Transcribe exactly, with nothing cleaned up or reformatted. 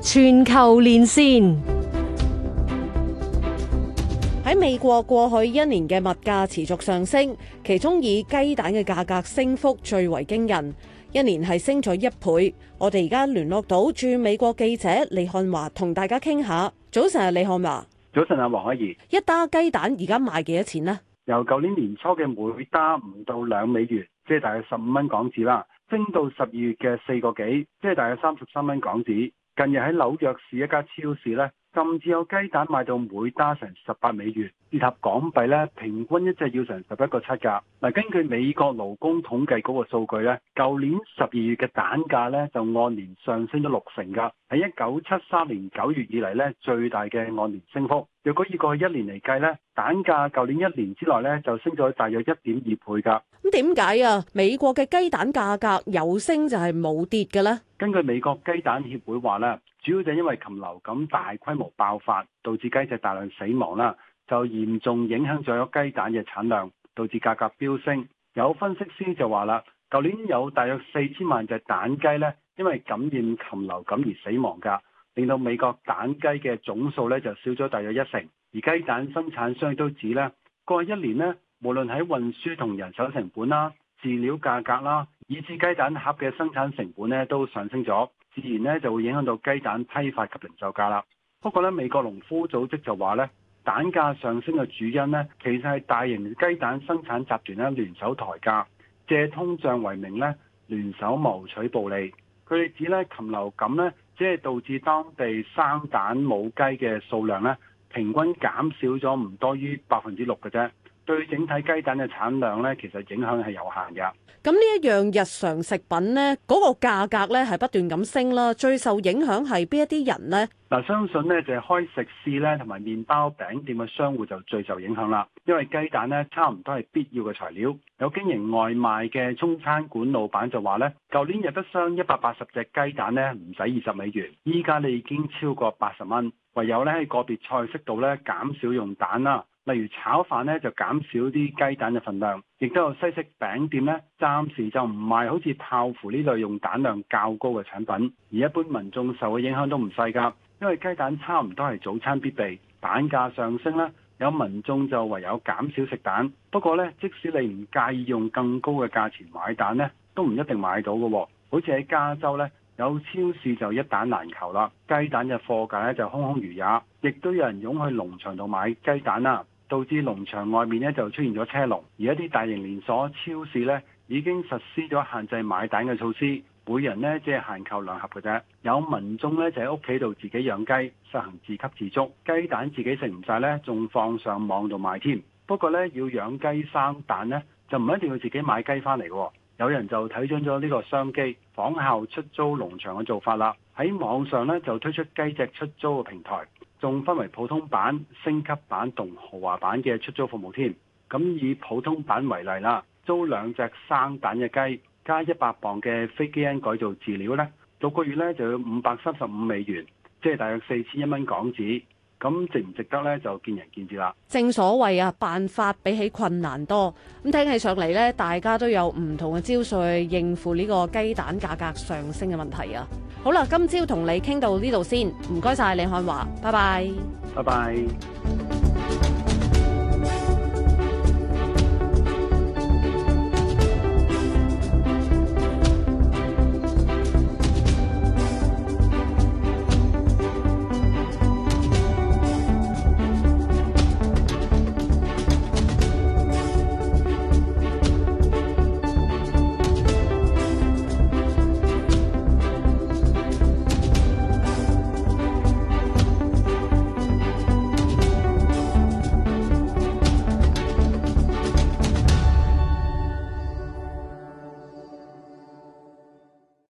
全球連線。喺美國過去一年嘅物價持續上升，其中以雞蛋嘅價格升幅最為驚人，一年係升咗一倍。我哋而家聯絡到駐美國記者李漢華，同大家傾下。早晨啊，李漢華。 早晨啊，黃海怡。 一打雞蛋而家賣幾多錢呢？ 由舊年年初嘅每打唔到兩美元，即係大約十五蚊港紙啦，升到十二月嘅四個幾，即係大約三十三蚊港紙。近日喺紐約市一家超市呢，甚至有雞蛋賣到每打成十八美元，折合港幣呢，平均一隻要成十一個七㗎。嗱，根據美國勞工統計嗰個數據呢，舊年十二月嘅蛋價呢，就按年上升咗六成㗎，係一九七三年九月以嚟呢最大嘅按年升幅。若果以過去一年嚟計呢，蛋價舊年一年之內呢就升咗大約一點二倍㗎。 咁點解啊？美國嘅雞蛋價格有升就係冇跌嘅呢？ 根據美國雞蛋協會話咧，主要就因為禽流感大規模爆發，導致雞隻大量死亡啦，就嚴重影響咗雞蛋嘅產量，導致價格飆升。有分析師就話啦，舊年有大約四千萬隻蛋雞咧，因為感染禽流感而死亡㗎，令到美國蛋雞嘅總數咧就少咗大約一成。而雞蛋生產商都指咧，過去一年呢，無論喺運輸同人手成本啦、飼料價格啦，以至雞蛋盒嘅生產成本咧都上升咗，自然咧就會影響到雞蛋批發及零售價啦。不過咧，美國農夫組織就話咧，蛋價上升嘅主因咧，其實係大型雞蛋生產集團咧聯手抬價，借通脹為名咧聯手謀取暴利。佢哋指咧禽流感咧，只係導致當地生蛋母雞嘅數量咧平均減少咗唔多於百分之六嘅啫。對整體雞蛋嘅產量咧，其實影響係有限嘅。 咁呢一樣日常食品呢，嗰個價格咧係不斷咁升啦。最受影響係邊一啲人呢？ 嗱，相信呢就係開食肆咧同埋麵包餅店嘅商戶就最受影響啦。因為雞蛋咧差唔多係必要嘅材料。有經營外賣嘅中餐館老闆就話咧，舊年入得箱一百八十隻雞蛋咧唔使二十美元，依家你已經超過八十蚊。唯有咧喺個別菜式度咧減少用蛋啦。例如炒飯咧就減少啲雞蛋嘅份量，亦都有西式餅店咧暫時就唔賣好似泡芙呢類用蛋量較高嘅產品，而一般民眾受嘅影響都唔細㗎，因為雞蛋差唔多係早餐必備，蛋價上升咧，有民眾就唯有減少食蛋。不過咧，即使你唔介意用更高嘅價錢買蛋咧，都唔一定買到嘅。好似喺加州咧，有超市就一蛋難求啦，雞蛋嘅貨架咧就空空如也，亦都有人湧去農場度買雞蛋啦。導致農場外面咧就出現咗車龍，而一啲大型連鎖超市咧已經實施咗限制買蛋嘅措施，每人咧只係限購兩盒嘅啫。有民眾咧就喺屋企度自己養雞，實行自給自足，雞蛋自己食唔晒咧，仲放上網度賣添。不過咧要養雞生蛋咧，就唔一定要自己買雞翻嚟嘅。有人就睇準咗呢個商機，仿效出租農場嘅做法啦。喺網上咧就推出雞隻出租嘅平台。仲分為普通版、升級版同豪華版嘅出租服務添。咁以普通版為例啦，租兩隻生蛋嘅雞，加一百磅嘅非基因改造飼料呢，六個月呢就要五百三十五美元，即係大約四千一蚊港紙。咁值唔值得呢？就見仁見智啦。 正所謂啊，辦法比起困難多。咁聽起上嚟呢，大家都有唔同嘅招數去應付呢個雞蛋價格上升嘅問題啊。好啦，今朝同你傾到呢度先，唔該晒李漢華，拜拜。 拜拜。